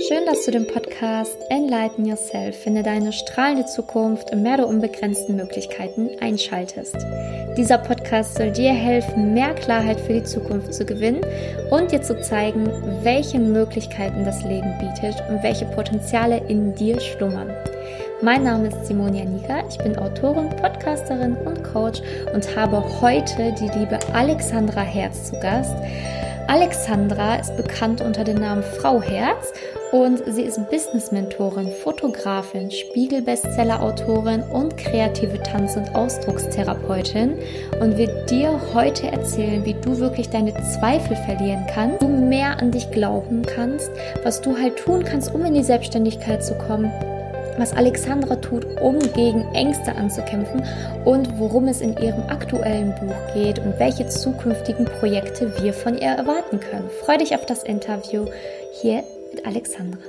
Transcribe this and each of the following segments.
Schön, dass du den Podcast Enlighten Yourself, finde deine strahlende Zukunft im Meer der unbegrenzten Möglichkeiten einschaltest. Dieser Podcast soll dir helfen, mehr Klarheit für die Zukunft zu gewinnen und dir zu zeigen, welche Möglichkeiten das Leben bietet und welche Potenziale in dir schlummern. Mein Name ist Simonia Niger, ich bin Autorin, Podcasterin und Coach und habe heute die liebe Alexandra Herz zu Gast. Alexandra ist bekannt unter dem Namen Frau Herz und sie ist Business-Mentorin, Fotografin, Spiegel-Bestseller-Autorin und kreative Tanz- und Ausdruckstherapeutin und wird dir heute erzählen, wie du wirklich deine Zweifel verlieren kannst, du mehr an dich glauben kannst, was du halt tun kannst, um in die Selbstständigkeit zu kommen, was Alexandra tut, um gegen Ängste anzukämpfen und worum es in ihrem aktuellen Buch geht und welche zukünftigen Projekte wir von ihr erwarten können. Freu dich auf das Interview hier mit Alexandra.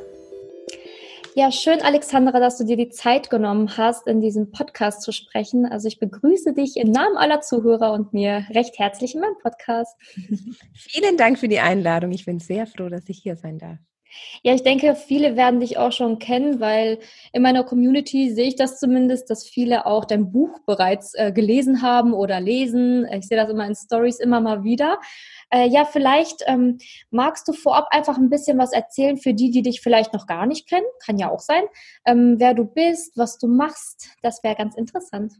Ja, schön, Alexandra, dass du dir die Zeit genommen hast, in diesem Podcast zu sprechen. Also ich begrüße dich im Namen aller Zuhörer und mir recht herzlich in meinem Podcast. Vielen Dank für die Einladung. Ich bin sehr froh, dass ich hier sein darf. Ja, ich denke, viele werden dich auch schon kennen, weil in meiner Community sehe ich das zumindest, dass viele auch dein Buch bereits gelesen haben oder lesen. Ich sehe das immer in Stories immer mal wieder. Ja, vielleicht magst du vorab einfach ein bisschen was erzählen für die, die dich vielleicht noch gar nicht kennen. Kann ja auch sein. Wer du bist, was du machst, das wäre ganz interessant.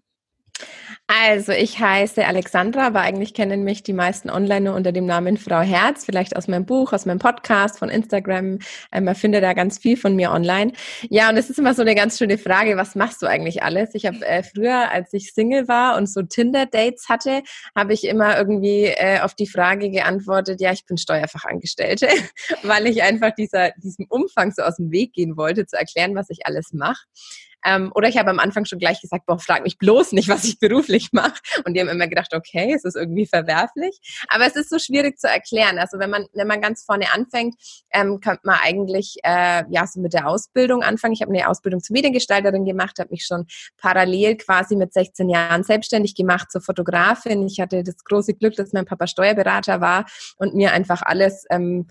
Also ich heiße Alexandra, aber eigentlich kennen mich die meisten online nur unter dem Namen Frau Herz, vielleicht aus meinem Buch, aus meinem Podcast, von Instagram. Man findet da ganz viel von mir online. Ja, und es ist immer so eine ganz schöne Frage, was machst du eigentlich alles? Ich habe früher, als ich Single war und so Tinder-Dates hatte, habe ich immer irgendwie auf die Frage geantwortet, ja, ich bin Steuerfachangestellte, weil ich einfach diesem Umfang so aus dem Weg gehen wollte, zu erklären, was ich alles mache. Oder ich habe am Anfang schon gleich gesagt, boah, frag mich bloß nicht, was ich beruflich mache. Und die haben immer gedacht, okay, es ist irgendwie verwerflich. Aber es ist so schwierig zu erklären. Also wenn man ganz vorne anfängt, kann man eigentlich so mit der Ausbildung anfangen. Ich habe eine Ausbildung zur Mediengestalterin gemacht, habe mich schon parallel quasi mit 16 Jahren selbstständig gemacht zur Fotografin. Ich hatte das große Glück, dass mein Papa Steuerberater war und mir einfach alles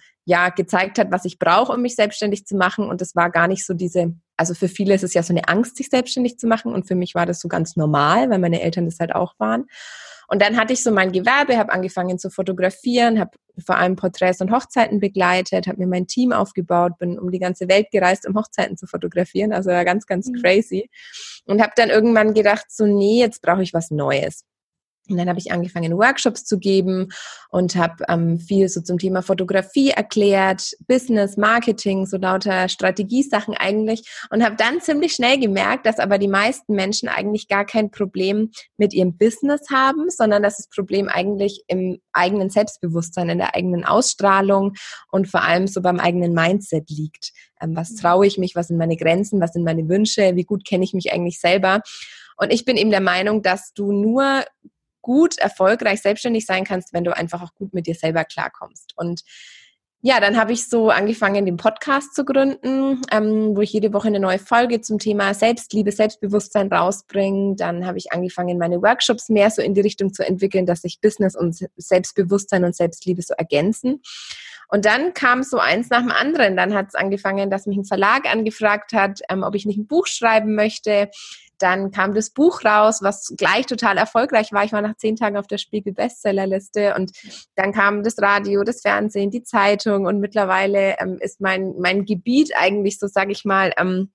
gezeigt hat, was ich brauche, um mich selbstständig zu machen. Und das war gar nicht so also für viele ist es ja so eine Angst, sich selbstständig zu machen. Und für mich war das so ganz normal, weil meine Eltern das halt auch waren. Und dann hatte ich so mein Gewerbe, habe angefangen zu fotografieren, habe vor allem Porträts und Hochzeiten begleitet, habe mir mein Team aufgebaut, bin um die ganze Welt gereist, um Hochzeiten zu fotografieren. Also war ganz, ganz crazy. Und habe dann irgendwann gedacht, so nee, jetzt brauche ich was Neues. Und dann habe ich angefangen, Workshops zu geben und habe viel so zum Thema Fotografie erklärt, Business, Marketing, so lauter Strategiesachen eigentlich. Und habe dann ziemlich schnell gemerkt, dass aber die meisten Menschen eigentlich gar kein Problem mit ihrem Business haben, sondern dass das Problem eigentlich im eigenen Selbstbewusstsein, in der eigenen Ausstrahlung und vor allem so beim eigenen Mindset liegt. Was traue ich mich, was sind meine Grenzen, was sind meine Wünsche, wie gut kenne ich mich eigentlich selber? Und ich bin eben der Meinung, dass du nur gut, erfolgreich selbstständig sein kannst, wenn du einfach auch gut mit dir selber klarkommst. Und ja, dann habe ich so angefangen, den Podcast zu gründen, wo ich jede Woche eine neue Folge zum Thema Selbstliebe, Selbstbewusstsein rausbringe. Dann habe ich angefangen, meine Workshops mehr so in die Richtung zu entwickeln, dass sich Business und Selbstbewusstsein und Selbstliebe so ergänzen. Und dann kam so eins nach dem anderen. Dann hat es angefangen, dass mich ein Verlag angefragt hat, ob ich nicht ein Buch schreiben möchte. Dann kam das Buch raus, was gleich total erfolgreich war. Ich war nach 10 Tagen auf der Spiegel-Bestsellerliste und dann kam das Radio, das Fernsehen, die Zeitung und mittlerweile ist mein Gebiet eigentlich so, sage ich mal,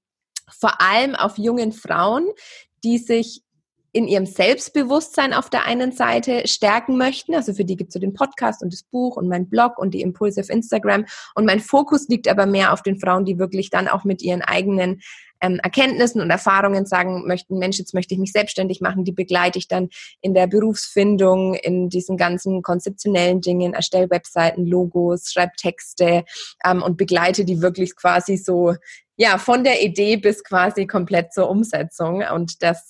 vor allem auf jungen Frauen, die sich in ihrem Selbstbewusstsein auf der einen Seite stärken möchten. Also für die gibt es so den Podcast und das Buch und mein Blog und die Impulse auf Instagram. Und mein Fokus liegt aber mehr auf den Frauen, die wirklich dann auch mit ihren eigenen Erkenntnissen und Erfahrungen sagen möchten, Mensch, jetzt möchte ich mich selbstständig machen, die begleite ich dann in der Berufsfindung, in diesen ganzen konzeptionellen Dingen, erstelle Webseiten, Logos, schreibe Texte und begleite die wirklich quasi so, ja, von der Idee bis quasi komplett zur Umsetzung. Und das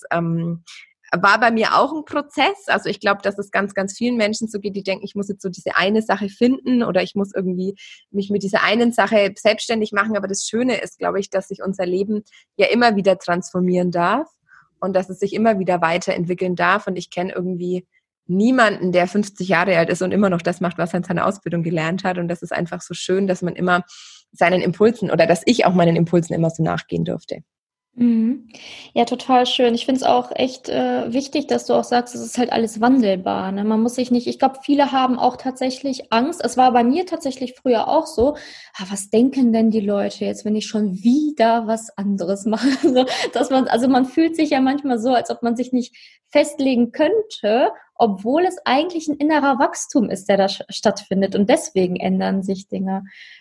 war bei mir auch ein Prozess. Also ich glaube, dass es ganz, ganz vielen Menschen so geht, die denken, ich muss jetzt so diese eine Sache finden oder ich muss irgendwie mich mit dieser einen Sache selbstständig machen. Aber das Schöne ist, glaube ich, dass sich unser Leben ja immer wieder transformieren darf und dass es sich immer wieder weiterentwickeln darf. Und ich kenne irgendwie niemanden, der 50 Jahre alt ist und immer noch das macht, was er in seiner Ausbildung gelernt hat. Und das ist einfach so schön, dass man immer seinen Impulsen oder dass ich auch meinen Impulsen immer so nachgehen durfte. Mhm. Ja, total schön. Ich finde es auch echt wichtig, dass du auch sagst, es ist halt alles wandelbar. Ne? Man muss sich nicht, ich glaube, viele haben auch tatsächlich Angst. Es war bei mir tatsächlich früher auch so, was denken denn die Leute jetzt, wenn ich schon wieder was anderes mache? So, also man fühlt sich ja manchmal so, als ob man sich nicht festlegen könnte, obwohl es eigentlich ein innerer Wachstum ist, der da stattfindet. Und deswegen ändern sich Dinge.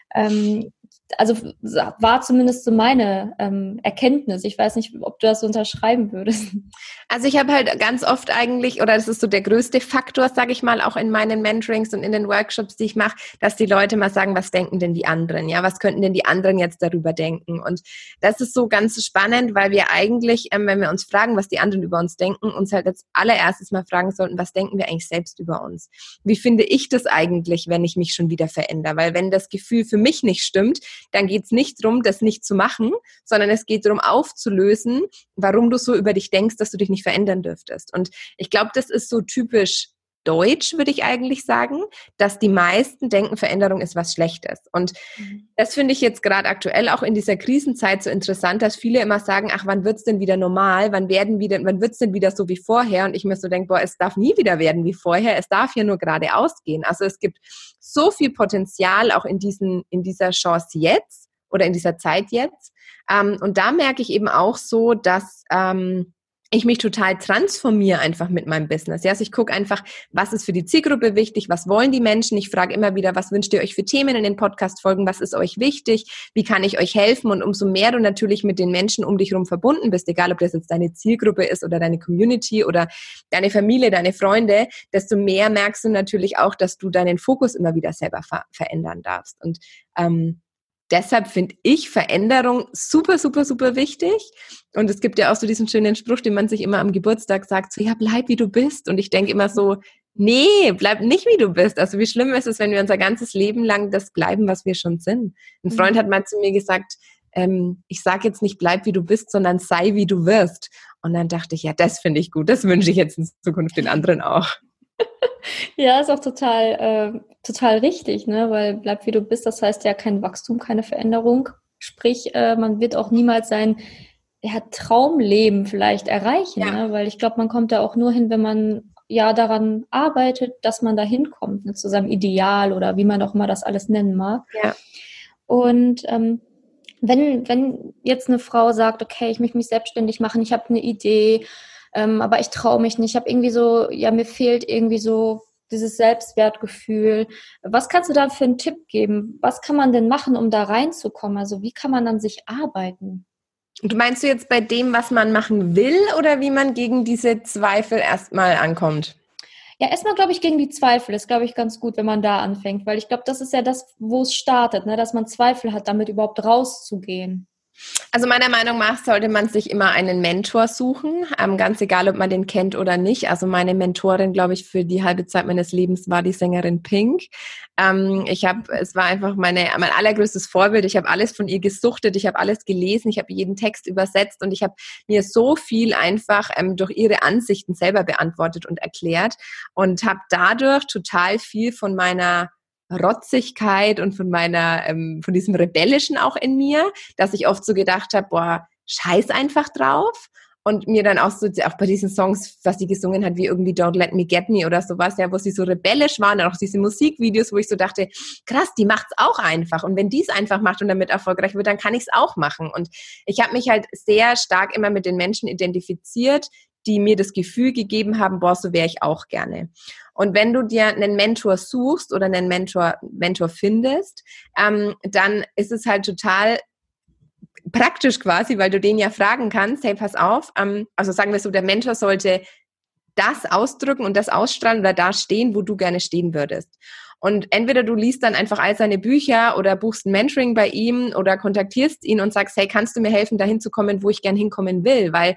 Also war zumindest so meine Erkenntnis. Ich weiß nicht, ob du das so unterschreiben würdest. Also ich habe halt ganz oft eigentlich, oder das ist so der größte Faktor, sage ich mal, auch in meinen Mentorings und in den Workshops, die ich mache, dass die Leute mal sagen, was denken denn die anderen? Ja, was könnten denn die anderen jetzt darüber denken? Und das ist so ganz spannend, weil wir eigentlich, wenn wir uns fragen, was die anderen über uns denken, uns halt als allererstes mal fragen sollten, was denken wir eigentlich selbst über uns? Wie finde ich das eigentlich, wenn ich mich schon wieder verändere? Weil wenn das Gefühl für mich nicht stimmt, dann geht es nicht darum, das nicht zu machen, sondern es geht darum, aufzulösen, warum du so über dich denkst, dass du dich nicht verändern dürftest. Und ich glaube, das ist so typisch deutsch, würde ich eigentlich sagen, dass die meisten denken, Veränderung ist was Schlechtes. Und das finde ich jetzt gerade aktuell auch in dieser Krisenzeit so interessant, dass viele immer sagen, ach, wann wird's denn wieder normal? Wann wird's denn wieder so wie vorher? Und ich mir so denke, es darf nie wieder werden wie vorher. Es darf ja nur geradeaus gehen. Also es gibt so viel Potenzial auch in dieser Chance jetzt oder in dieser Zeit jetzt. Und da merke ich eben auch so, dass ich mich total transformiere einfach mit meinem Business. Ja, also ich gucke einfach, was ist für die Zielgruppe wichtig, was wollen die Menschen? Ich frage immer wieder, was wünscht ihr euch für Themen in den Podcast-Folgen, was ist euch wichtig, wie kann ich euch helfen? Und umso mehr du natürlich mit den Menschen um dich herum verbunden bist, egal ob das jetzt deine Zielgruppe ist oder deine Community oder deine Familie, deine Freunde, desto mehr merkst du natürlich auch, dass du deinen Fokus immer wieder selber verändern darfst. Und deshalb finde ich Veränderung super, super, super wichtig. Und es gibt ja auch so diesen schönen Spruch, den man sich immer am Geburtstag sagt, so, ja, bleib wie du bist. Und ich denke immer so, nee, bleib nicht wie du bist. Also wie schlimm ist es, wenn wir unser ganzes Leben lang das bleiben, was wir schon sind. Ein Freund hat mal zu mir gesagt, ich sage jetzt nicht, bleib wie du bist, sondern sei wie du wirst. Und dann dachte ich, ja, das finde ich gut. Das wünsche ich jetzt in Zukunft den anderen auch. Ja, ist auch total richtig, ne? Weil bleib wie du bist, das heißt ja kein Wachstum, keine Veränderung. Sprich, man wird auch niemals sein Traumleben vielleicht erreichen, ne? Weil ich glaube, man kommt da auch nur hin, wenn man ja daran arbeitet, dass man da hinkommt, ne? Zu seinem Ideal oder wie man auch immer das alles nennen mag. Ja. Und wenn jetzt eine Frau sagt, okay, ich möchte mich selbstständig machen, ich habe eine Idee, aber ich traue mich nicht, ich habe irgendwie so, ja, mir fehlt irgendwie so dieses Selbstwertgefühl. Was kannst du da für einen Tipp geben? Was kann man denn machen, um da reinzukommen? Also wie kann man an sich arbeiten? Und meinst du jetzt bei dem, was man machen will oder wie man gegen diese Zweifel erstmal ankommt? Ja, erstmal glaube ich gegen die Zweifel. Das ist, glaube ich, ganz gut, wenn man da anfängt, weil ich glaube, das ist ja das, wo es startet, ne? Dass man Zweifel hat, damit überhaupt rauszugehen. Also meiner Meinung nach sollte man sich immer einen Mentor suchen, ganz egal, ob man den kennt oder nicht. Also meine Mentorin, glaube ich, für die halbe Zeit meines Lebens war die Sängerin Pink. Es war einfach mein allergrößtes Vorbild. Ich habe alles von ihr gesuchtet, ich habe alles gelesen, ich habe jeden Text übersetzt und ich habe mir so viel einfach durch ihre Ansichten selber beantwortet und erklärt und habe dadurch total viel von meiner Rotzigkeit und von diesem Rebellischen auch in mir, dass ich oft so gedacht habe, scheiß einfach drauf. Und mir dann auch so, auch bei diesen Songs, was sie gesungen hat, wie irgendwie Don't Let Me Get Me oder sowas, ja, wo sie so rebellisch waren, und auch diese Musikvideos, wo ich so dachte, krass, die macht's auch einfach. Und wenn die es einfach macht und damit erfolgreich wird, dann kann ich's auch machen. Und ich habe mich halt sehr stark immer mit den Menschen identifiziert, die mir das Gefühl gegeben haben, so wäre ich auch gerne. Und wenn du dir einen Mentor suchst oder einen Mentor findest, dann ist es halt total praktisch quasi, weil du den ja fragen kannst, hey, pass auf, also sagen wir so, der Mentor sollte das ausdrücken und das ausstrahlen oder da stehen, wo du gerne stehen würdest. Und entweder du liest dann einfach all seine Bücher oder buchst ein Mentoring bei ihm oder kontaktierst ihn und sagst, hey, kannst du mir helfen, dahin zu kommen, wo ich gern hinkommen will? Weil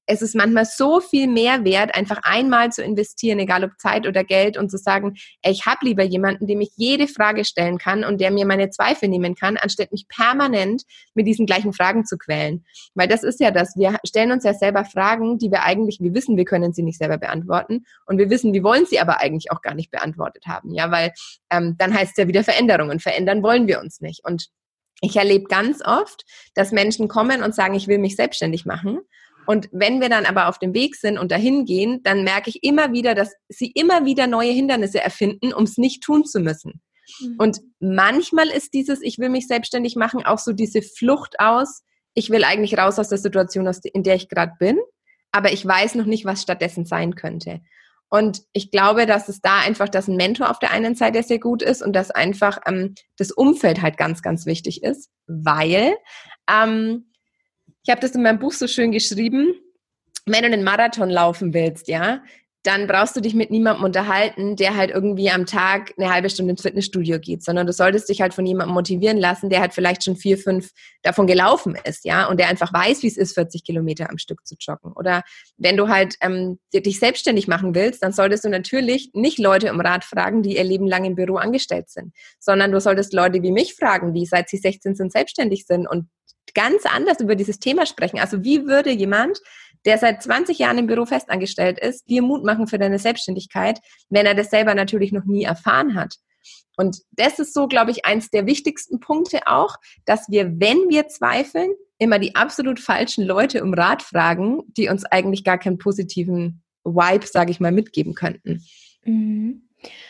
es ist manchmal so viel mehr wert, einfach einmal zu investieren, egal ob Zeit oder Geld, und zu sagen, ey, ich habe lieber jemanden, dem ich jede Frage stellen kann und der mir meine Zweifel nehmen kann, anstatt mich permanent mit diesen gleichen Fragen zu quälen. Weil das ist ja das, wir stellen uns ja selber Fragen, die wir wissen, wir können sie nicht selber beantworten, und wir wissen, wir wollen sie aber eigentlich auch gar nicht beantwortet haben, ja, weil dann heißt es ja wieder Veränderung, und verändern wollen wir uns nicht. Und ich erlebe ganz oft, dass Menschen kommen und sagen, ich will mich selbstständig machen. Und wenn wir dann aber auf dem Weg sind und dahin gehen, dann merke ich immer wieder, dass sie immer wieder neue Hindernisse erfinden, um es nicht tun zu müssen. Und manchmal ist dieses, ich will mich selbstständig machen, auch so diese Flucht aus, ich will eigentlich raus aus der Situation, in der ich gerade bin, aber ich weiß noch nicht, was stattdessen sein könnte. Und ich glaube, dass es da einfach, dass ein Mentor auf der einen Seite sehr gut ist und dass einfach das Umfeld halt ganz, ganz wichtig ist, weil ich habe das in meinem Buch so schön geschrieben, wenn du einen Marathon laufen willst, ja, dann brauchst du dich mit niemandem unterhalten, der halt irgendwie am Tag eine halbe Stunde ins Fitnessstudio geht, sondern du solltest dich halt von jemandem motivieren lassen, der halt vielleicht schon 4, 5 davon gelaufen ist, ja, und der einfach weiß, wie es ist, 40 Kilometer am Stück zu joggen. Oder wenn du halt dich selbstständig machen willst, dann solltest du natürlich nicht Leute um Rat fragen, die ihr Leben lang im Büro angestellt sind, sondern du solltest Leute wie mich fragen, die seit sie 16 sind selbstständig sind und ganz anders über dieses Thema sprechen. Also wie würde jemand, der seit 20 Jahren im Büro festangestellt ist, dir Mut machen für deine Selbstständigkeit, wenn er das selber natürlich noch nie erfahren hat? Und das ist so, glaube ich, eins der wichtigsten Punkte auch, dass wir, wenn wir zweifeln, immer die absolut falschen Leute um Rat fragen, die uns eigentlich gar keinen positiven Vibe, sage ich mal, mitgeben könnten. Mhm.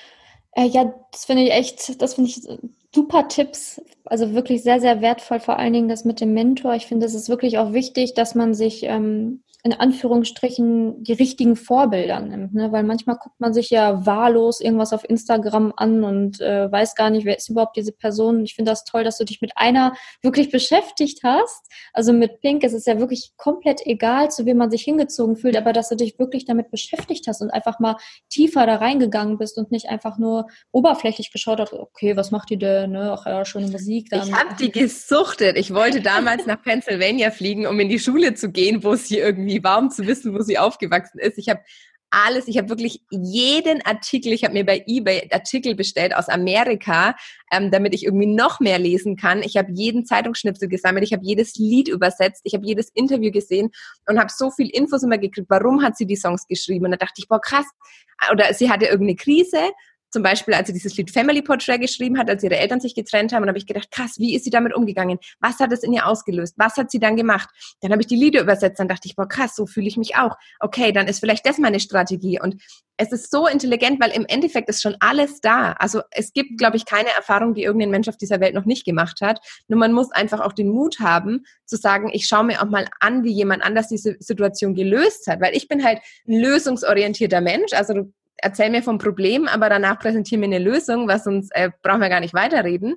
Ja, das finde ich super Tipps, also wirklich sehr, sehr wertvoll, vor allen Dingen das mit dem Mentor. Ich finde, es ist wirklich auch wichtig, dass man sich in Anführungsstrichen die richtigen Vorbilder nimmt, ne? Weil manchmal guckt man sich ja wahllos irgendwas auf Instagram an und weiß gar nicht, wer ist überhaupt diese Person. Ich finde das toll, dass du dich mit einer wirklich beschäftigt hast. Also mit Pink, es ist ja wirklich komplett egal, zu wem man sich hingezogen fühlt, aber dass du dich wirklich damit beschäftigt hast und einfach mal tiefer da reingegangen bist und nicht einfach nur oberflächlich geschaut hast, okay, was macht die denn? Ne? Ach ja, schöne Musik. Dann. Ich habe die gesuchtet. Ich wollte damals nach Pennsylvania fliegen, um in die Schule zu gehen, wo sie irgendwie war, um zu wissen, wo sie aufgewachsen ist. Ich habe wirklich jeden Artikel, ich habe mir bei eBay Artikel bestellt aus Amerika, damit ich irgendwie noch mehr lesen kann. Ich habe jeden Zeitungsschnipsel gesammelt, ich habe jedes Lied übersetzt, ich habe jedes Interview gesehen und habe so viel Infos immer gekriegt, warum hat sie die Songs geschrieben. Und da dachte ich, boah, krass. Oder sie hatte irgendeine Krise. Zum Beispiel, als sie dieses Lied Family Portrait geschrieben hat, als ihre Eltern sich getrennt haben, und habe ich gedacht, krass, wie ist sie damit umgegangen? Was hat es in ihr ausgelöst? Was hat sie dann gemacht? Dann habe ich die Lieder übersetzt, dann dachte ich, boah, krass, so fühle ich mich auch. Okay, dann ist vielleicht das meine Strategie. Und es ist so intelligent, weil im Endeffekt ist schon alles da. Also es gibt, glaube ich, keine Erfahrung, die irgendein Mensch auf dieser Welt noch nicht gemacht hat. Nur man muss einfach auch den Mut haben, zu sagen, ich schaue mir auch mal an, wie jemand anders diese Situation gelöst hat. Weil ich bin halt ein lösungsorientierter Mensch. Also du erzähl mir vom Problem, aber danach präsentiere mir eine Lösung, was sonst brauchen wir gar nicht weiterreden.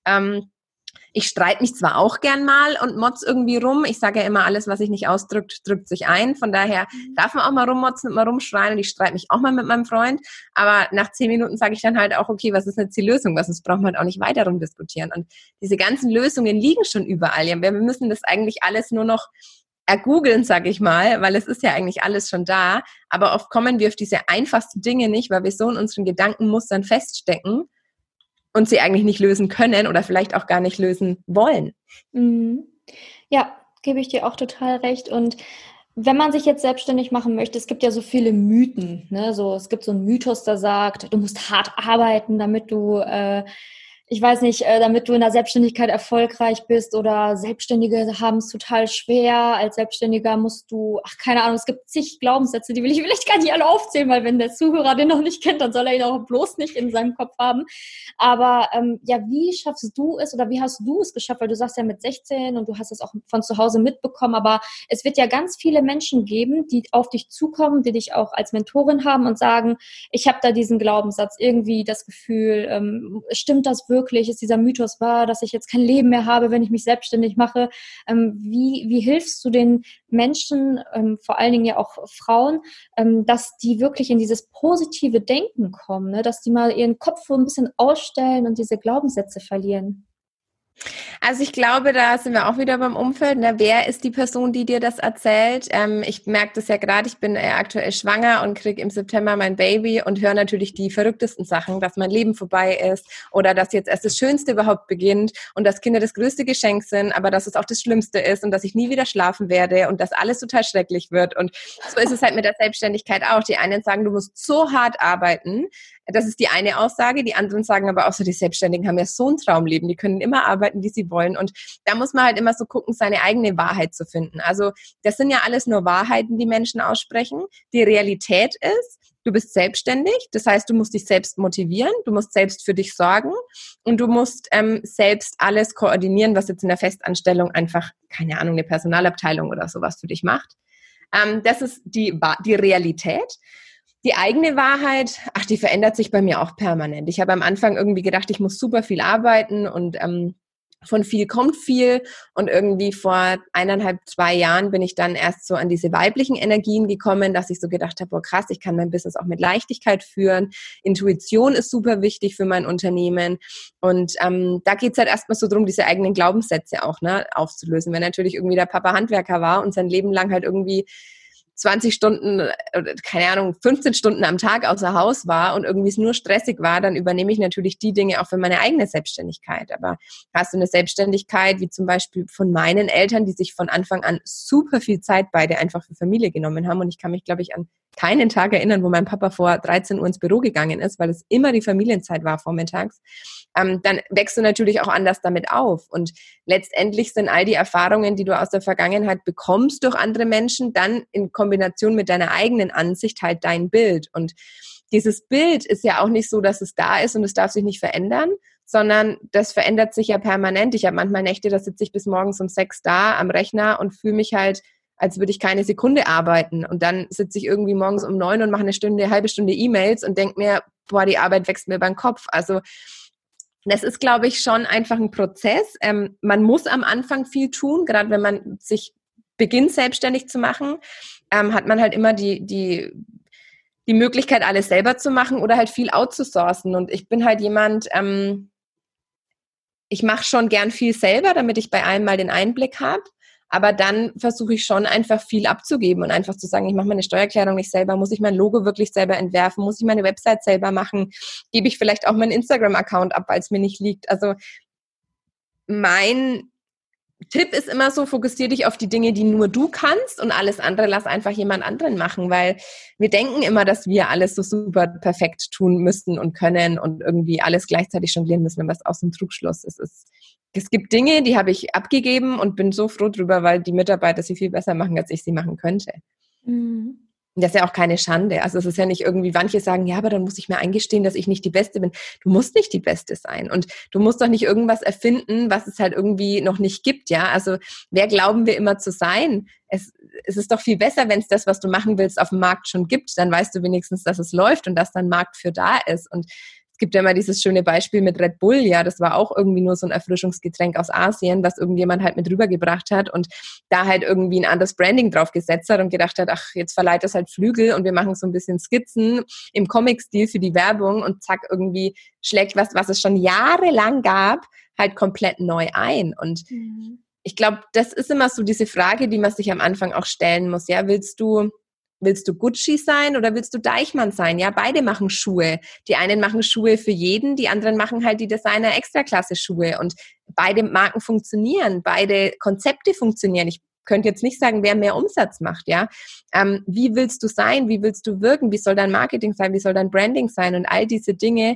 Ich streite mich zwar auch gern mal und motz irgendwie rum. Ich sage ja immer, alles, was sich nicht ausdrückt, drückt sich ein. Von daher darf man auch mal rummotzen und mal rumschreien, und ich streite mich auch mal mit meinem Freund. Aber nach 10 Minuten sage ich dann halt auch, okay, was ist jetzt die Lösung? Was sonst braucht man halt auch nicht weiter rumdiskutieren. Und diese ganzen Lösungen liegen schon überall. Ja, wir müssen das eigentlich alles nur noch ergoogeln, sage ich mal, weil es ist ja eigentlich alles schon da, aber oft kommen wir auf diese einfachsten Dinge nicht, weil wir so in unseren Gedankenmustern feststecken und sie eigentlich nicht lösen können oder vielleicht auch gar nicht lösen wollen. Mhm. Ja, gebe ich dir auch total recht. Und wenn man sich jetzt selbstständig machen möchte, es gibt ja so viele Mythen, ne? So, es gibt so einen Mythos, der sagt, du musst hart arbeiten, damit du ich weiß nicht, damit du in der Selbstständigkeit erfolgreich bist, oder Selbstständige haben es total schwer. Als Selbstständiger musst du, keine Ahnung, es gibt zig Glaubenssätze, die will ich vielleicht gar nicht alle aufzählen, weil wenn der Zuhörer den noch nicht kennt, dann soll er ihn auch bloß nicht in seinem Kopf haben. Aber ja, wie schaffst du es, oder wie hast du es geschafft? Weil du sagst ja mit 16 und du hast es auch von zu Hause mitbekommen, aber es wird ja ganz viele Menschen geben, die auf dich zukommen, die dich auch als Mentorin haben und sagen, ich habe da diesen Glaubenssatz, irgendwie das Gefühl, stimmt das wirklich? Ist dieser Mythos wahr, dass ich jetzt kein Leben mehr habe, wenn ich mich selbstständig mache? Wie hilfst du den Menschen, vor allen Dingen ja auch Frauen, dass die wirklich in dieses positive Denken kommen, ne? Dass die mal ihren Kopf so ein bisschen ausstellen und diese Glaubenssätze verlieren? Also ich glaube, da sind wir auch wieder beim Umfeld. Ne? Wer ist die Person, die dir das erzählt? Ich merke das ja gerade, ich bin aktuell schwanger und kriege im September mein Baby und höre natürlich die verrücktesten Sachen, dass mein Leben vorbei ist oder dass jetzt erst das Schönste überhaupt beginnt und dass Kinder das größte Geschenk sind, aber dass es auch das Schlimmste ist und dass ich nie wieder schlafen werde und dass alles total schrecklich wird. Und so ist es halt mit der Selbstständigkeit auch. Die einen sagen, du musst so hart arbeiten. Das ist die eine Aussage. Die anderen sagen aber auch so, die Selbstständigen haben ja so ein Traumleben. Die können immer arbeiten, wie sie wollen. Und da muss man halt immer so gucken, seine eigene Wahrheit zu finden. Also das sind ja alles nur Wahrheiten, die Menschen aussprechen. Die Realität ist, du bist selbstständig. Das heißt, du musst dich selbst motivieren. Du musst selbst für dich sorgen. Und du musst selbst alles koordinieren, was jetzt in der Festanstellung einfach, keine Ahnung, eine Personalabteilung oder sowas für dich macht. Das ist die Realität. Die eigene Wahrheit, die verändert sich bei mir auch permanent. Ich habe am Anfang irgendwie gedacht, ich muss super viel arbeiten und von viel kommt viel. Und irgendwie vor 1,5, 2 Jahren bin ich dann erst so an diese weiblichen Energien gekommen, dass ich so gedacht habe, boah krass, ich kann mein Business auch mit Leichtigkeit führen. Intuition ist super wichtig für mein Unternehmen. Und da geht's halt erstmal so drum, diese eigenen Glaubenssätze auch aufzulösen. Wenn natürlich irgendwie der Papa Handwerker war und sein Leben lang halt irgendwie 20 Stunden, keine Ahnung, 15 Stunden am Tag außer Haus war und irgendwie es nur stressig war, dann übernehme ich natürlich die Dinge auch für meine eigene Selbstständigkeit. Aber hast du eine Selbstständigkeit, wie zum Beispiel von meinen Eltern, die sich von Anfang an super viel Zeit beide einfach für Familie genommen haben und ich kann mich, glaube ich, an keinen Tag erinnern, wo mein Papa vor 13 Uhr ins Büro gegangen ist, weil es immer die Familienzeit war vormittags, dann wächst du natürlich auch anders damit auf. Und letztendlich sind all die Erfahrungen, die du aus der Vergangenheit bekommst durch andere Menschen, dann in Kombination mit deiner eigenen Ansicht halt dein Bild. Und dieses Bild ist ja auch nicht so, dass es da ist und es darf sich nicht verändern, sondern das verändert sich ja permanent. Ich habe manchmal Nächte, da sitze ich bis morgens um 6 da am Rechner und fühle mich halt, als würde ich keine Sekunde arbeiten. Und dann sitze ich irgendwie morgens um 9 und mache eine halbe Stunde E-Mails und denke mir, boah, die Arbeit wächst mir über den Kopf. Also das ist, glaube ich, schon einfach ein Prozess. Man muss am Anfang viel tun, gerade wenn man sich beginnt, selbstständig zu machen, hat man halt immer die Möglichkeit, alles selber zu machen oder halt viel outzusourcen. Und ich bin halt jemand, ich mache schon gern viel selber, damit ich bei allem mal den Einblick habe. Aber dann versuche ich schon einfach viel abzugeben und einfach zu sagen, ich mache meine Steuererklärung nicht selber, muss ich mein Logo wirklich selber entwerfen, muss ich meine Website selber machen, gebe ich vielleicht auch meinen Instagram-Account ab, weil es mir nicht liegt. Also mein Tipp ist immer so, fokussier dich auf die Dinge, die nur du kannst und alles andere lass einfach jemand anderen machen, weil wir denken immer, dass wir alles so super perfekt tun müssen und können und irgendwie alles gleichzeitig jonglieren müssen, aber das ist auch so ein Trugschluss. Es gibt Dinge, die habe ich abgegeben und bin so froh drüber, weil die Mitarbeiter sie viel besser machen, als ich sie machen könnte. Mhm. Und das ist ja auch keine Schande. Also es ist ja nicht irgendwie, manche sagen, ja, aber dann muss ich mir eingestehen, dass ich nicht die Beste bin. Du musst nicht die Beste sein. Und du musst doch nicht irgendwas erfinden, was es halt irgendwie noch nicht gibt, ja. Also wer glauben wir immer zu sein? Es ist doch viel besser, wenn es das, was du machen willst, auf dem Markt schon gibt. Dann weißt du wenigstens, dass es läuft und dass dann Markt für da ist. Und es gibt ja immer dieses schöne Beispiel mit Red Bull, ja, das war auch irgendwie nur so ein Erfrischungsgetränk aus Asien, was irgendjemand halt mit rübergebracht hat und da halt irgendwie ein anderes Branding drauf gesetzt hat und gedacht hat, ach, jetzt verleiht das halt Flügel und wir machen so ein bisschen Skizzen im Comic-Stil für die Werbung und zack, irgendwie schlägt was es schon jahrelang gab, halt komplett neu ein. Und ich glaube, das ist immer so diese Frage, die man sich am Anfang auch stellen muss, ja, willst du Gucci sein oder willst du Deichmann sein? Ja, beide machen Schuhe. Die einen machen Schuhe für jeden, die anderen machen halt die Designer-Extraklasse-Schuhe. Und beide Marken funktionieren, beide Konzepte funktionieren. Ich könnte jetzt nicht sagen, wer mehr Umsatz macht, ja. Wie willst du sein? Wie willst du wirken? Wie soll dein Marketing sein? Wie soll dein Branding sein? Und all diese Dinge,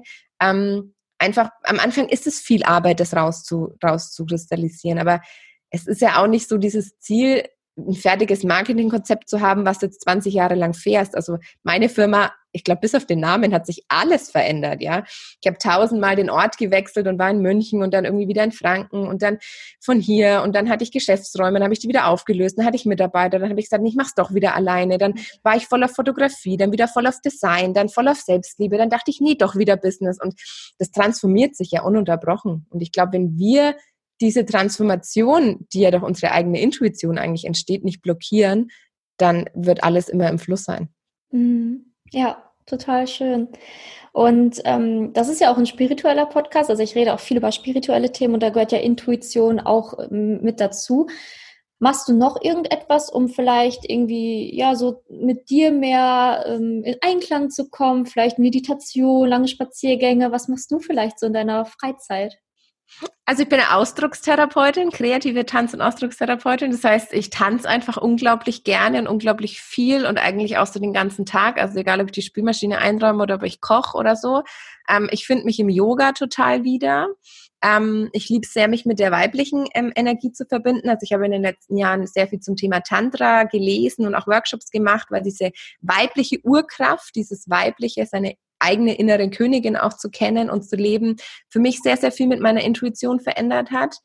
einfach am Anfang ist es viel Arbeit, das rauszukristallisieren. Aber es ist ja auch nicht so dieses Ziel, ein fertiges Marketingkonzept zu haben, was du jetzt 20 Jahre lang fährst. Also meine Firma, ich glaube, bis auf den Namen hat sich alles verändert, ja. Ich habe 1000-mal den Ort gewechselt und war in München und dann irgendwie wieder in Franken und dann von hier und dann hatte ich Geschäftsräume, dann habe ich die wieder aufgelöst, dann hatte ich Mitarbeiter, dann habe ich gesagt, ich mach's doch wieder alleine, dann war ich voll auf Fotografie, dann wieder voll auf Design, dann voll auf Selbstliebe, dann dachte ich, nee, doch wieder Business und das transformiert sich ja ununterbrochen. Und ich glaube, wenn wir diese Transformation, die ja durch unsere eigene Intuition eigentlich entsteht, nicht blockieren, dann wird alles immer im Fluss sein. Ja, total schön. Und das ist ja auch ein spiritueller Podcast. Also ich rede auch viel über spirituelle Themen und da gehört ja Intuition auch mit dazu. Machst du noch irgendetwas, um vielleicht irgendwie, ja, so mit dir mehr in Einklang zu kommen? Vielleicht Meditation, lange Spaziergänge? Was machst du vielleicht so in deiner Freizeit? Also ich bin eine Ausdruckstherapeutin, kreative Tanz- und Ausdruckstherapeutin. Das heißt, ich tanze einfach unglaublich gerne und unglaublich viel und eigentlich auch so den ganzen Tag. Also egal, ob ich die Spülmaschine einräume oder ob ich koche oder so. Ich finde mich im Yoga total wieder. Ich liebe es sehr, mich mit der weiblichen Energie zu verbinden. Also ich habe in den letzten Jahren sehr viel zum Thema Tantra gelesen und auch Workshops gemacht, weil diese weibliche Urkraft, dieses weibliche, seine eigene innere Königin auch zu kennen und zu leben, für mich sehr, sehr viel mit meiner Intuition verändert hat.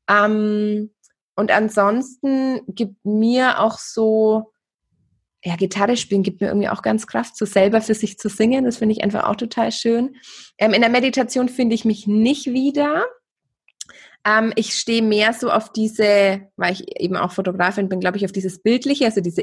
Und ansonsten gibt mir auch so, ja, Gitarre spielen gibt mir irgendwie auch ganz Kraft, so selber für sich zu singen. Das finde ich einfach auch total schön. In der Meditation finde ich mich nicht wieder. Ich stehe mehr so auf diese, weil ich eben auch Fotografin bin, glaube ich, auf dieses Bildliche, also diese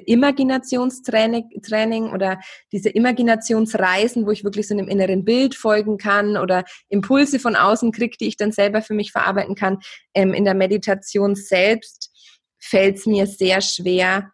Imaginationstraining oder diese Imaginationsreisen, wo ich wirklich so einem inneren Bild folgen kann oder Impulse von außen kriege, die ich dann selber für mich verarbeiten kann. In der Meditation selbst fällt es mir sehr schwer,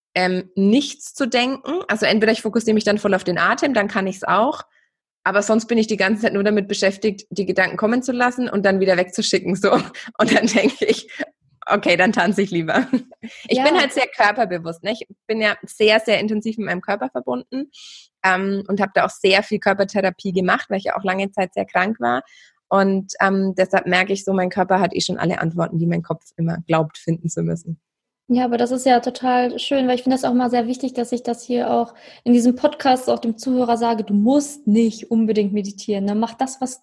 nichts zu denken. Also entweder ich fokussiere mich dann voll auf den Atem, dann kann ich es auch. Aber sonst bin ich die ganze Zeit nur damit beschäftigt, die Gedanken kommen zu lassen und dann wieder wegzuschicken, so. Und dann denke ich, okay, dann tanze ich lieber. Ich bin halt sehr körperbewusst, ne? Ich bin ja sehr, sehr intensiv mit meinem Körper verbunden und habe da auch sehr viel Körpertherapie gemacht, weil ich ja auch lange Zeit sehr krank war. Und deshalb merke ich so, mein Körper hat schon alle Antworten, die mein Kopf immer glaubt, finden zu müssen. Ja, aber das ist ja total schön, weil ich finde das auch mal sehr wichtig, dass ich das hier auch in diesem Podcast auch dem Zuhörer sage, du musst nicht unbedingt meditieren. Ne? Mach das, was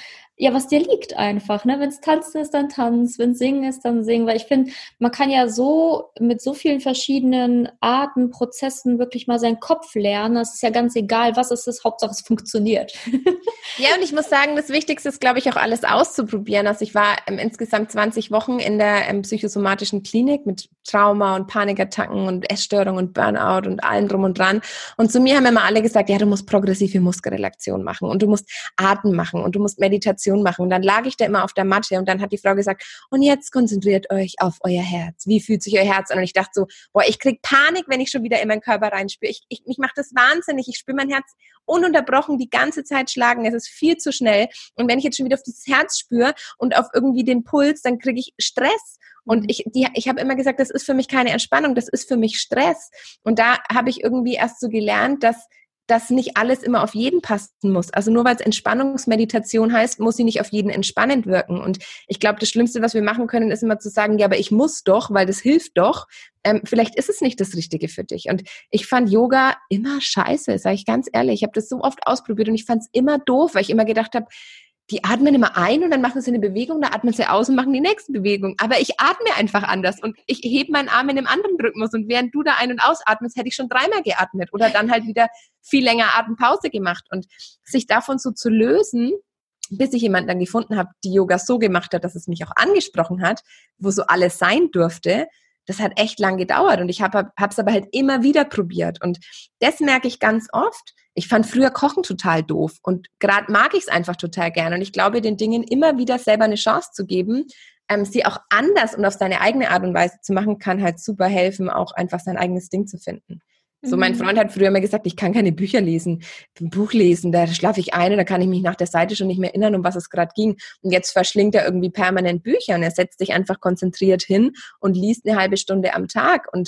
was dir liegt einfach. Ne? Wenn es tanzen ist, dann tanz. Wenn es singen ist, dann singen. Weil ich finde, man kann ja so mit so vielen verschiedenen Arten, Prozessen wirklich mal seinen Kopf lernen. Es ist ja ganz egal, was es ist, Hauptsache es funktioniert. Ja, und ich muss sagen, das Wichtigste ist, glaube ich, auch alles auszuprobieren. Also ich war insgesamt 20 Wochen in der psychosomatischen Klinik mit Trauma und Panikattacken und Essstörung und Burnout und allem drum und dran. Und zu mir haben immer alle gesagt, ja, du musst progressive Muskelrelaxation machen und du musst Atem machen und du musst Meditation machen. Und dann lag ich da immer auf der Matte und dann hat die Frau gesagt, und jetzt konzentriert euch auf euer Herz. Wie fühlt sich euer Herz an? Und ich dachte so, boah, ich krieg Panik, wenn ich schon wieder in meinen Körper reinspüre. Mich macht das wahnsinnig. Ich spüre mein Herz ununterbrochen die ganze Zeit schlagen. Es ist viel zu schnell. Und wenn ich jetzt schon wieder auf dieses Herz spüre und auf irgendwie den Puls, dann kriege ich Stress. Und ich habe immer gesagt, das ist für mich keine Entspannung, das ist für mich Stress. Und da habe ich irgendwie erst so gelernt, dass das nicht alles immer auf jeden passen muss. Also nur weil es Entspannungsmeditation heißt, muss sie nicht auf jeden entspannend wirken. Und ich glaube, das Schlimmste, was wir machen können, ist immer zu sagen, ja, aber ich muss doch, weil das hilft doch. Vielleicht ist es nicht das Richtige für dich. Und ich fand Yoga immer scheiße, sage ich ganz ehrlich. Ich habe das so oft ausprobiert und ich fand es immer doof, weil ich immer gedacht habe, die atmen immer ein und dann machen sie eine Bewegung, da atmen sie aus und machen die nächste Bewegung. Aber ich atme einfach anders und ich hebe meinen Arm in einem anderen Rhythmus und während du da ein- und ausatmest, hätte ich schon 3-mal geatmet oder dann halt wieder viel länger Atempause gemacht. Und sich davon so zu lösen, bis ich jemanden dann gefunden habe, die Yoga so gemacht hat, dass es mich auch angesprochen hat, wo so alles sein durfte, das hat echt lang gedauert und ich habe es aber halt immer wieder probiert und das merke ich ganz oft. Ich fand früher Kochen total doof und gerade mag ich es einfach total gerne und ich glaube, den Dingen immer wieder selber eine Chance zu geben, sie auch anders und auf seine eigene Art und Weise zu machen, kann halt super helfen, auch einfach sein eigenes Ding zu finden. So, mein Freund hat früher immer gesagt, ich kann keine Bücher lesen, ein Buch lesen, da schlafe ich ein und da kann ich mich nach der Seite schon nicht mehr erinnern, um was es gerade ging. Und jetzt verschlingt er irgendwie permanent Bücher und er setzt sich einfach konzentriert hin und liest eine halbe Stunde am Tag. Und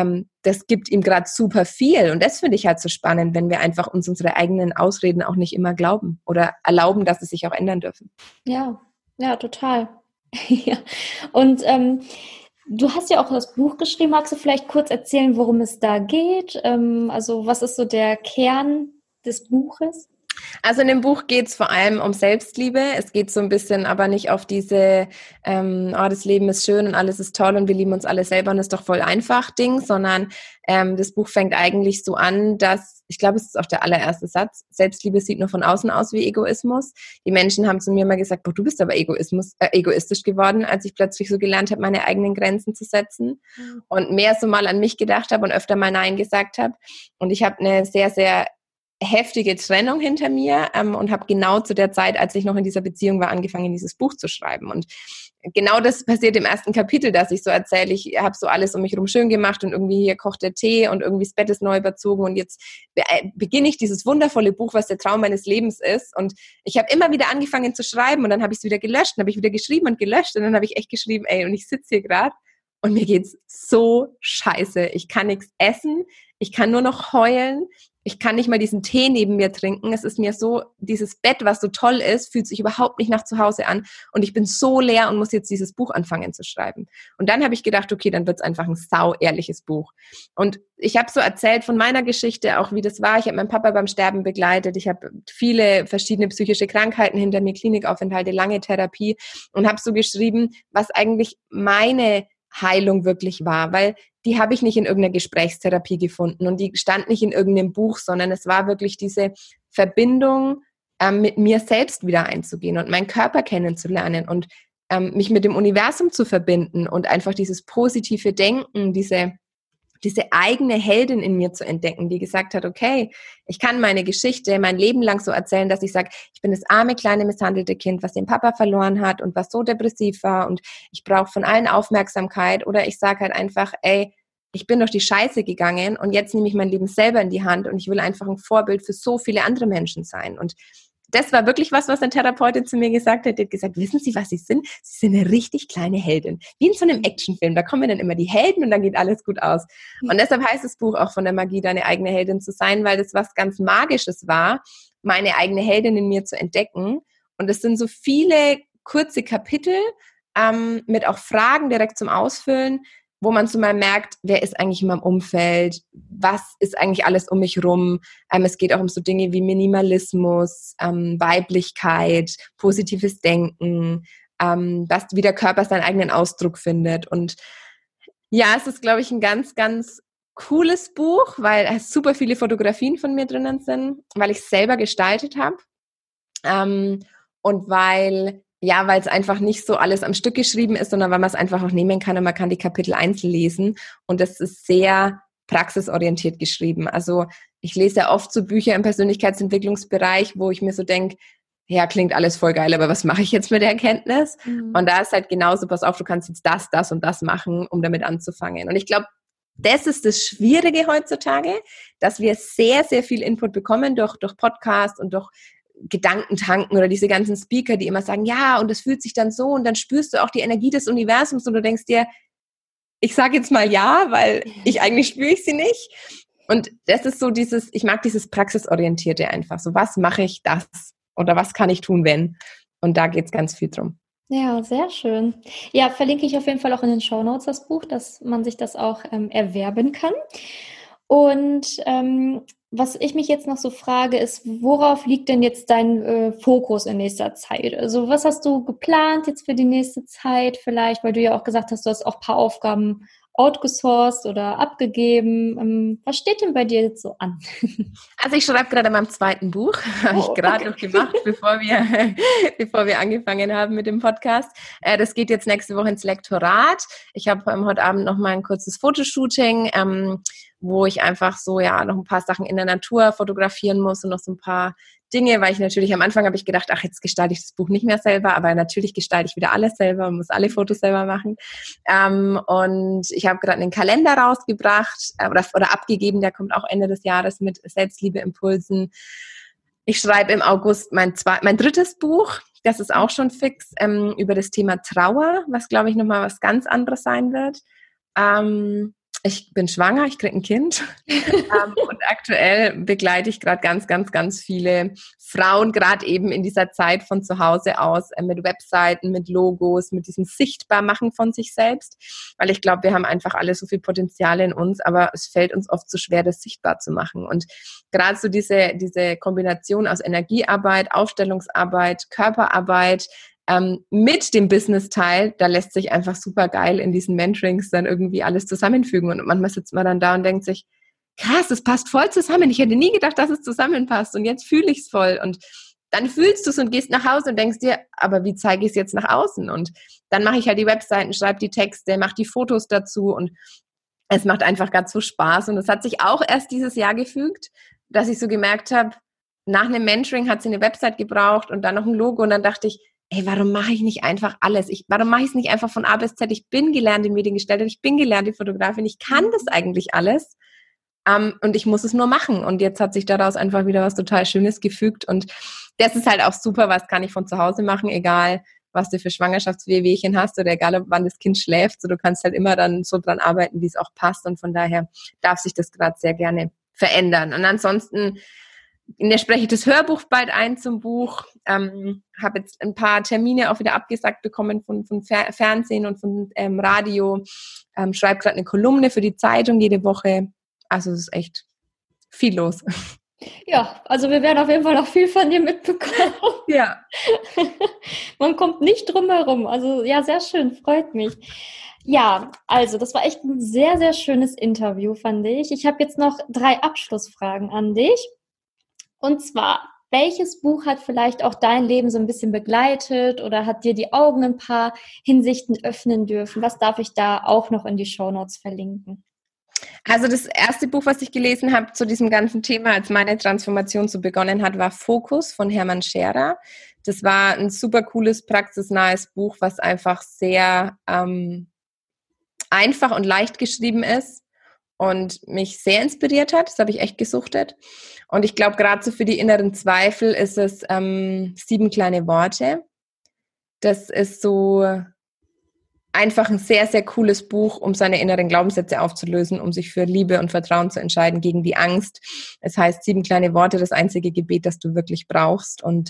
das gibt ihm gerade super viel. Und das finde ich halt so spannend, wenn wir einfach uns unsere eigenen Ausreden auch nicht immer glauben oder erlauben, dass sie sich auch ändern dürfen. Ja, ja, total. Ja. Und du hast ja auch das Buch geschrieben. Magst du vielleicht kurz erzählen, worum es da geht? Also was ist so der Kern des Buches? Also in dem Buch geht es vor allem um Selbstliebe. Es geht so ein bisschen aber nicht auf diese, das Leben ist schön und alles ist toll und wir lieben uns alle selber und ist doch voll einfach Ding, sondern das Buch fängt eigentlich so an, dass, ich glaube, es ist auch der allererste Satz, Selbstliebe sieht nur von außen aus wie Egoismus. Die Menschen haben zu mir immer gesagt, boah, du bist aber egoistisch geworden, als ich plötzlich so gelernt habe, meine eigenen Grenzen zu setzen und mehr so mal an mich gedacht habe und öfter mal Nein gesagt habe. Und ich habe eine sehr, sehr heftige Trennung hinter mir und habe genau zu der Zeit, als ich noch in dieser Beziehung war, angefangen, dieses Buch zu schreiben. Und genau das passiert im ersten Kapitel, dass ich so erzähle, ich habe so alles um mich herum schön gemacht und irgendwie hier kocht der Tee und irgendwie das Bett ist neu überzogen und jetzt beginne ich dieses wundervolle Buch, was der Traum meines Lebens ist. Und ich habe immer wieder angefangen zu schreiben und dann habe ich es wieder gelöscht, dann habe ich wieder geschrieben und gelöscht und dann habe ich echt geschrieben, und ich sitze hier gerade und mir geht's so scheiße. Ich kann nichts essen, ich kann nur noch heulen. Ich kann nicht mal diesen Tee neben mir trinken. Es ist mir so, dieses Bett, was so toll ist, fühlt sich überhaupt nicht nach zu Hause an. Und ich bin so leer und muss jetzt dieses Buch anfangen zu schreiben. Und dann habe ich gedacht, okay, dann wird's einfach ein sau-ehrliches Buch. Und ich habe so erzählt von meiner Geschichte, auch wie das war. Ich habe meinen Papa beim Sterben begleitet. Ich habe viele verschiedene psychische Krankheiten hinter mir, Klinikaufenthalte, lange Therapie und habe so geschrieben, was eigentlich meine Heilung wirklich war, weil die habe ich nicht in irgendeiner Gesprächstherapie gefunden und die stand nicht in irgendeinem Buch, sondern es war wirklich diese Verbindung mit mir selbst wieder einzugehen und meinen Körper kennenzulernen und mich mit dem Universum zu verbinden und einfach dieses positive Denken, diese eigene Heldin in mir zu entdecken, die gesagt hat, okay, ich kann meine Geschichte mein Leben lang so erzählen, dass ich sage, ich bin das arme, kleine, misshandelte Kind, was den Papa verloren hat und was so depressiv war und ich brauche von allen Aufmerksamkeit, oder ich sage halt einfach, ich bin durch die Scheiße gegangen und jetzt nehme ich mein Leben selber in die Hand und ich will einfach ein Vorbild für so viele andere Menschen sein. Und das war wirklich was eine Therapeutin zu mir gesagt hat. Die hat gesagt, wissen Sie, was Sie sind? Sie sind eine richtig kleine Heldin. Wie in so einem Actionfilm. Da kommen dann immer die Helden und dann geht alles gut aus. Und deshalb heißt das Buch auch von der Magie, deine eigene Heldin zu sein, weil das was ganz Magisches war, meine eigene Heldin in mir zu entdecken. Und es sind so viele kurze Kapitel mit auch Fragen direkt zum Ausfüllen, wo man so mal merkt, wer ist eigentlich in meinem Umfeld, was ist eigentlich alles um mich rum. Es geht auch um so Dinge wie Minimalismus, Weiblichkeit, positives Denken, wie der Körper seinen eigenen Ausdruck findet. Und ja, es ist, glaube ich, ein ganz, ganz cooles Buch, weil super viele Fotografien von mir drinnen sind, weil ich es selber gestaltet habe und weil es einfach nicht so alles am Stück geschrieben ist, sondern weil man es einfach auch nehmen kann und man kann die Kapitel einzeln lesen. Und das ist sehr praxisorientiert geschrieben. Also ich lese ja oft so Bücher im Persönlichkeitsentwicklungsbereich, wo ich mir so denke, ja, klingt alles voll geil, aber was mache ich jetzt mit der Erkenntnis? Mhm. Und da ist halt genauso, pass auf, du kannst jetzt das und das machen, um damit anzufangen. Und ich glaube, das ist das Schwierige heutzutage, dass wir sehr, sehr viel Input bekommen durch Podcast und durch Gedankentanken oder diese ganzen Speaker, die immer sagen, ja, und es fühlt sich dann so und dann spürst du auch die Energie des Universums und du denkst dir, ich sage jetzt mal ja, weil eigentlich spüre ich sie nicht. Und das ist so ich mag dieses Praxisorientierte einfach. So, was mache ich das? Oder was kann ich tun, wenn? Und da geht es ganz viel drum. Ja, sehr schön. Ja, verlinke ich auf jeden Fall auch in den Shownotes das Buch, dass man sich das auch erwerben kann. Und was ich mich jetzt noch so frage, ist, worauf liegt denn jetzt dein Fokus in nächster Zeit? Also was hast du geplant jetzt für die nächste Zeit vielleicht? Weil du ja auch gesagt hast, du hast auch ein paar Aufgaben outgesourced oder abgegeben. Was steht denn bei dir jetzt so an? Also ich schreibe gerade an meinem zweiten Buch, habe ich gerade noch gemacht, bevor wir angefangen haben mit dem Podcast. Das geht jetzt nächste Woche ins Lektorat. Ich habe heute Abend noch mal ein kurzes Fotoshooting, wo ich einfach so noch ein paar Sachen in der Natur fotografieren muss und noch so ein paar Dinge, weil ich natürlich am Anfang habe ich gedacht, jetzt gestalte ich das Buch nicht mehr selber, aber natürlich gestalte ich wieder alles selber und muss alle Fotos selber machen. Und ich habe gerade einen Kalender rausgebracht oder abgegeben, der kommt auch Ende des Jahres mit Selbstliebe-Impulsen. Ich schreibe im August mein drittes Buch, das ist auch schon fix, über das Thema Trauer, was glaube ich nochmal was ganz anderes sein wird. Ich bin schwanger, ich kriege ein Kind und aktuell begleite ich gerade ganz, ganz, ganz viele Frauen, gerade eben in dieser Zeit von zu Hause aus, mit Webseiten, mit Logos, mit diesem Sichtbarmachen von sich selbst, weil ich glaube, wir haben einfach alle so viel Potenzial in uns, aber es fällt uns oft so schwer, das sichtbar zu machen. Und gerade so diese Kombination aus Energiearbeit, Aufstellungsarbeit, Körperarbeit, mit dem Business-Teil, da lässt sich einfach super geil in diesen Mentorings dann irgendwie alles zusammenfügen und manchmal sitzt man dann da und denkt sich, krass, das passt voll zusammen, ich hätte nie gedacht, dass es zusammenpasst und jetzt fühle ich es voll und dann fühlst du es und gehst nach Hause und denkst dir, aber wie zeige ich es jetzt nach außen? Und dann mache ich halt die Webseiten, schreibe die Texte, mache die Fotos dazu und es macht einfach ganz so Spaß und es hat sich auch erst dieses Jahr gefügt, dass ich so gemerkt habe, nach einem Mentoring hat sie eine Website gebraucht und dann noch ein Logo und dann dachte ich, ey, warum mache ich nicht einfach alles? Warum mache ich es nicht einfach von A bis Z? Ich bin gelernte Mediengestalterin, ich bin gelernte Fotografin, ich kann das eigentlich alles. Und ich muss es nur machen. Und jetzt hat sich daraus einfach wieder was total Schönes gefügt. Und das ist halt auch super, was kann ich von zu Hause machen, egal was du für Schwangerschaftswehwehchen hast oder egal, wann das Kind schläft. So, du kannst halt immer dann so dran arbeiten, wie es auch passt. Und von daher darf sich das gerade sehr gerne verändern. Und ansonsten spreche ich das Hörbuch bald ein zum Buch. Habe jetzt ein paar Termine auch wieder abgesagt bekommen von Fernsehen und von Radio. Schreibe gerade eine Kolumne für die Zeitung jede Woche. Also es ist echt viel los. Ja, also wir werden auf jeden Fall noch viel von dir mitbekommen. Ja. Man kommt nicht drum herum. Also ja, sehr schön, freut mich. Ja, also das war echt ein sehr, sehr schönes Interview, fand ich. Ich habe jetzt noch 3 Abschlussfragen an dich. Und zwar, welches Buch hat vielleicht auch dein Leben so ein bisschen begleitet oder hat dir die Augen ein paar Hinsichten öffnen dürfen? Was darf ich da auch noch in die Shownotes verlinken? Also das erste Buch, was ich gelesen habe zu diesem ganzen Thema, als meine Transformation so begonnen hat, war Fokus von Hermann Scherer. Das war ein super cooles, praxisnahes Buch, was einfach sehr einfach und leicht geschrieben ist und mich sehr inspiriert hat. Das habe ich echt gesuchtet. Und ich glaube, gerade so für die inneren Zweifel ist es 7 kleine Worte. Das ist so einfach ein sehr, sehr cooles Buch, um seine inneren Glaubenssätze aufzulösen, um sich für Liebe und Vertrauen zu entscheiden gegen die Angst. Es heißt 7 kleine Worte, das einzige Gebet, das du wirklich brauchst. Und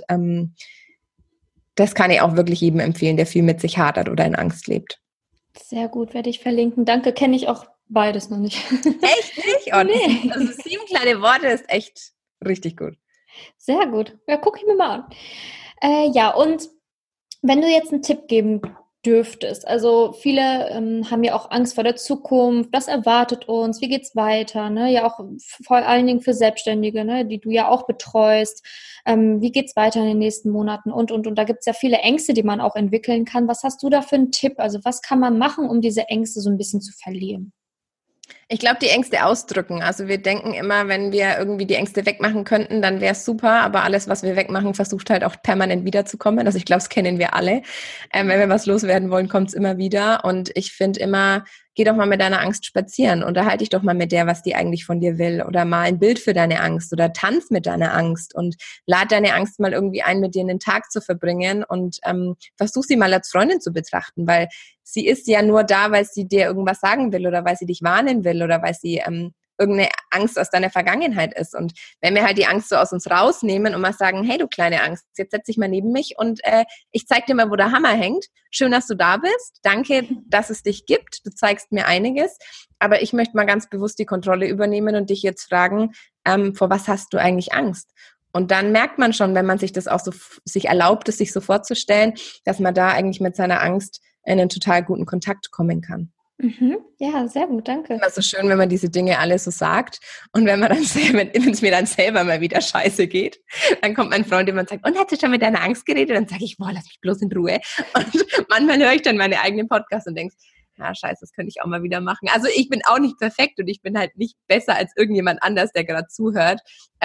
das kann ich auch wirklich jedem empfehlen, der viel mit sich hadert oder in Angst lebt. Sehr gut, werde ich verlinken. Danke, kenne ich auch beides noch nicht. Echt nicht? Oh, nee. Also 7 kleine Worte ist echt richtig gut. Sehr gut. Ja, gucke ich mir mal an. Ja, und wenn du jetzt einen Tipp geben dürftest, also viele haben ja auch Angst vor der Zukunft, was erwartet uns, wie geht's weiter, ne? Ja auch vor allen Dingen für Selbstständige, ne? Die du ja auch betreust, wie geht's weiter in den nächsten Monaten und. Da gibt's ja viele Ängste, die man auch entwickeln kann. Was hast du da für einen Tipp? Also was kann man machen, um diese Ängste so ein bisschen zu verlieren? Ich glaube, die Ängste ausdrücken. Also wir denken immer, wenn wir irgendwie die Ängste wegmachen könnten, dann wäre es super. Aber alles, was wir wegmachen, versucht halt auch permanent wiederzukommen. Also ich glaube, das kennen wir alle. Wenn wir was loswerden wollen, kommt es immer wieder. Und ich finde immer, geh doch mal mit deiner Angst spazieren. Unterhalte dich doch mal mit der, was die eigentlich von dir will. Oder mal ein Bild für deine Angst. Oder tanz mit deiner Angst. Und lad deine Angst mal irgendwie ein, mit dir einen Tag zu verbringen. Und versuch sie mal als Freundin zu betrachten. Weil sie ist ja nur da, weil sie dir irgendwas sagen will oder weil sie dich warnen will oder weil sie irgendeine Angst aus deiner Vergangenheit ist. Und wenn wir halt die Angst so aus uns rausnehmen und mal sagen, hey du kleine Angst, jetzt setz dich mal neben mich und ich zeig dir mal, wo der Hammer hängt. Schön, dass du da bist. Danke, dass es dich gibt. Du zeigst mir einiges. Aber ich möchte mal ganz bewusst die Kontrolle übernehmen und dich jetzt fragen, vor was hast du eigentlich Angst? Und dann merkt man schon, wenn man sich das auch so sich erlaubt, es sich so vorzustellen, dass man da eigentlich mit seiner Angst in einen total guten Kontakt kommen kann. Mhm. Ja, sehr gut, danke. Immer so schön, wenn man diese Dinge alle so sagt und wenn man dann wenn es mir dann selber mal wieder scheiße geht, dann kommt mein Freund immer und sagt, und hast du schon mit deiner Angst geredet? Dann sage ich, boah, lass mich bloß in Ruhe. Und manchmal höre ich dann meine eigenen Podcasts und denke, ja, scheiße, das könnte ich auch mal wieder machen. Also ich bin auch nicht perfekt und ich bin halt nicht besser als irgendjemand anders, der gerade zuhört.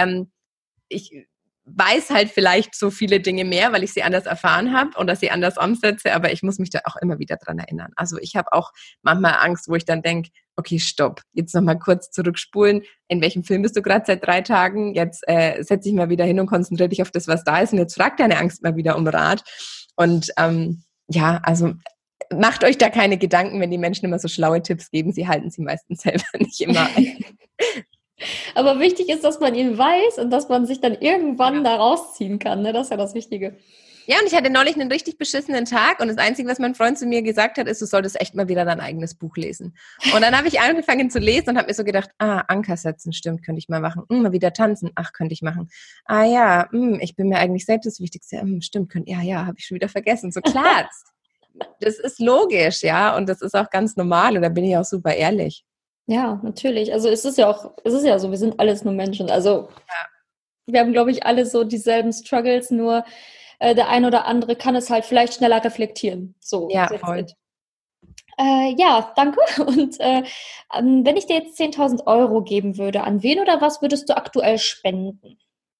Ich weiß halt vielleicht so viele Dinge mehr, weil ich sie anders erfahren habe oder sie anders umsetze, aber ich muss mich da auch immer wieder dran erinnern. Also ich habe auch manchmal Angst, wo ich dann denke, okay, stopp, jetzt nochmal kurz zurückspulen. In welchem Film bist du gerade seit 3 Tagen? Jetzt setz dich mal wieder hin und konzentriere dich auf das, was da ist und jetzt frag deine Angst mal wieder um Rat. Und ja, also macht euch da keine Gedanken, wenn die Menschen immer so schlaue Tipps geben. Sie halten sie meistens selber nicht immer ein. Aber wichtig ist, dass man ihn weiß und dass man sich dann irgendwann da rausziehen kann. Ne? Das ist ja das Wichtige. Ja, und ich hatte neulich einen richtig beschissenen Tag und das Einzige, was mein Freund zu mir gesagt hat, ist, du solltest echt mal wieder dein eigenes Buch lesen. Und dann habe ich angefangen zu lesen und habe mir so gedacht, Anker setzen, stimmt, könnte ich mal machen. Mal wieder tanzen, könnte ich machen. Ja, ich bin mir eigentlich selbst das Wichtigste. Stimmt, habe ich schon wieder vergessen. So klar, das ist logisch, ja, und das ist auch ganz normal und da bin ich auch super ehrlich. Ja, natürlich. Also es ist ja so, wir sind alles nur Menschen. Also wir haben, glaube ich, alle so dieselben Struggles, nur der ein oder andere kann es halt vielleicht schneller reflektieren. So, ja, voll. Ja, danke. Und wenn ich dir jetzt 10.000 Euro geben würde, an wen oder was würdest du aktuell spenden?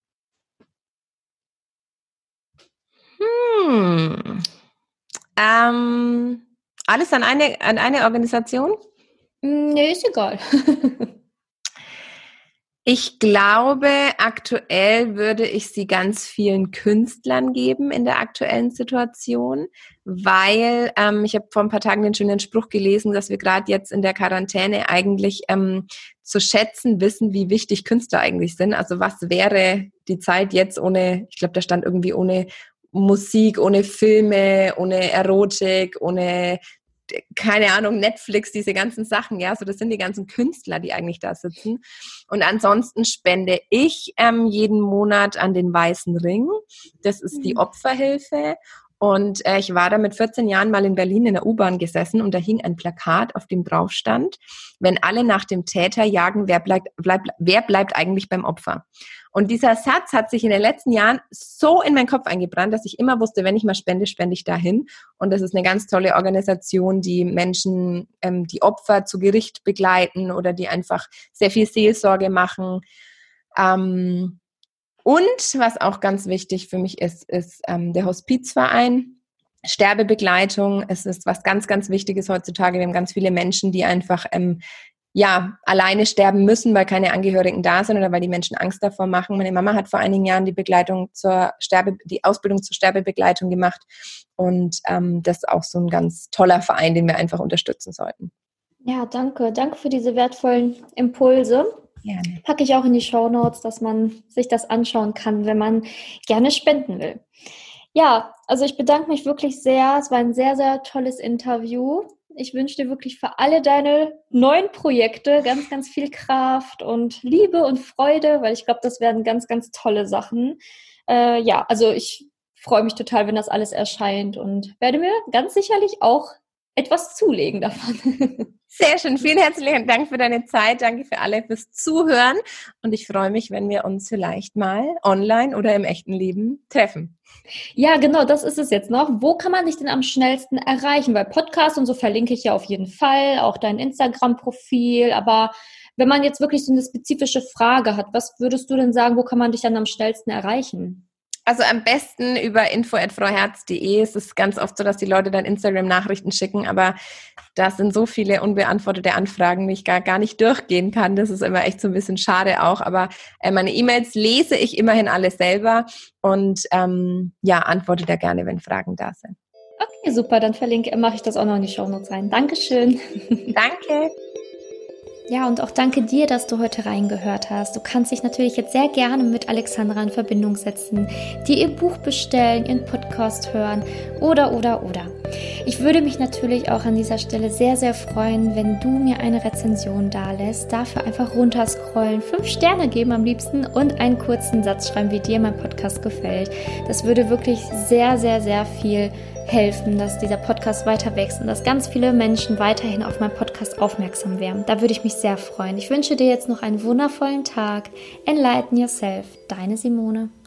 Hm. Alles an eine Organisation? Nee, ist egal. Ich glaube, aktuell würde ich sie ganz vielen Künstlern geben in der aktuellen Situation, weil ich habe vor ein paar Tagen den schönen Spruch gelesen, dass wir gerade jetzt in der Quarantäne eigentlich zu schätzen wissen, wie wichtig Künstler eigentlich sind. Also was wäre die Zeit jetzt ohne, ich glaube, da stand irgendwie ohne Musik, ohne Filme, ohne Erotik, ohne keine Ahnung, Netflix, diese ganzen Sachen, ja, so das sind die ganzen Künstler, die eigentlich da sitzen. Und ansonsten spende ich jeden Monat an den Weißen Ring. Das ist die Opferhilfe. Und ich war da mit 14 Jahren mal in Berlin in der U-Bahn gesessen und da hing ein Plakat, auf dem drauf stand: Wenn alle nach dem Täter jagen, wer bleibt eigentlich beim Opfer? Und dieser Satz hat sich in den letzten Jahren so in meinen Kopf eingebrannt, dass ich immer wusste, wenn ich mal spende, spende ich dahin. Und das ist eine ganz tolle Organisation, die Menschen, die Opfer zu Gericht begleiten oder die einfach sehr viel Seelsorge machen. Und was auch ganz wichtig für mich ist der Hospizverein. Sterbebegleitung. Es ist was ganz, ganz Wichtiges heutzutage. Wir haben ganz viele Menschen, die einfach alleine sterben müssen, weil keine Angehörigen da sind oder weil die Menschen Angst davor machen. Meine Mama hat vor einigen Jahren die Ausbildung zur Sterbebegleitung gemacht und das ist auch so ein ganz toller Verein, den wir einfach unterstützen sollten. Ja, danke. Danke für diese wertvollen Impulse. Gerne. Packe ich auch in die Shownotes, dass man sich das anschauen kann, wenn man gerne spenden will. Ja, also ich bedanke mich wirklich sehr. Es war ein sehr, sehr tolles Interview. Ich wünsche dir wirklich für alle deine neuen Projekte ganz, ganz viel Kraft und Liebe und Freude, weil ich glaube, das werden ganz, ganz tolle Sachen. Ja, also ich freue mich total, wenn das alles erscheint und werde mir ganz sicherlich auch etwas zulegen davon. Sehr schön. Vielen herzlichen Dank für deine Zeit. Danke für alle fürs Zuhören. Und ich freue mich, wenn wir uns vielleicht mal online oder im echten Leben treffen. Ja, genau, das ist es jetzt noch. Wo kann man dich denn am schnellsten erreichen? Weil Podcast und so verlinke ich ja auf jeden Fall, auch dein Instagram-Profil. Aber wenn man jetzt wirklich so eine spezifische Frage hat, was würdest du denn sagen, wo kann man dich dann am schnellsten erreichen? Also am besten über info@frauherz.de. Es ist ganz oft so, dass die Leute dann Instagram-Nachrichten schicken, aber da sind so viele unbeantwortete Anfragen, die ich gar nicht durchgehen kann. Das ist immer echt so ein bisschen schade auch. Aber meine E-Mails lese ich immerhin alle selber und antworte da gerne, wenn Fragen da sind. Okay, super, dann mache ich das auch noch in die Shownotes rein. Dankeschön. Danke. Ja, und auch danke dir, dass du heute reingehört hast. Du kannst dich natürlich jetzt sehr gerne mit Alexandra in Verbindung setzen, dir ihr Buch bestellen, ihren Podcast hören oder. Ich würde mich natürlich auch an dieser Stelle sehr, sehr freuen, wenn du mir eine Rezension dalässt. Dafür einfach runterscrollen, 5 Sterne geben am liebsten und einen kurzen Satz schreiben, wie dir mein Podcast gefällt. Das würde wirklich sehr, sehr, sehr viel helfen, dass dieser Podcast weiter wächst und dass ganz viele Menschen weiterhin auf meinen Podcast aufmerksam werden. Da würde ich mich sehr freuen. Ich wünsche dir jetzt noch einen wundervollen Tag. Enlighten yourself. Deine Simone.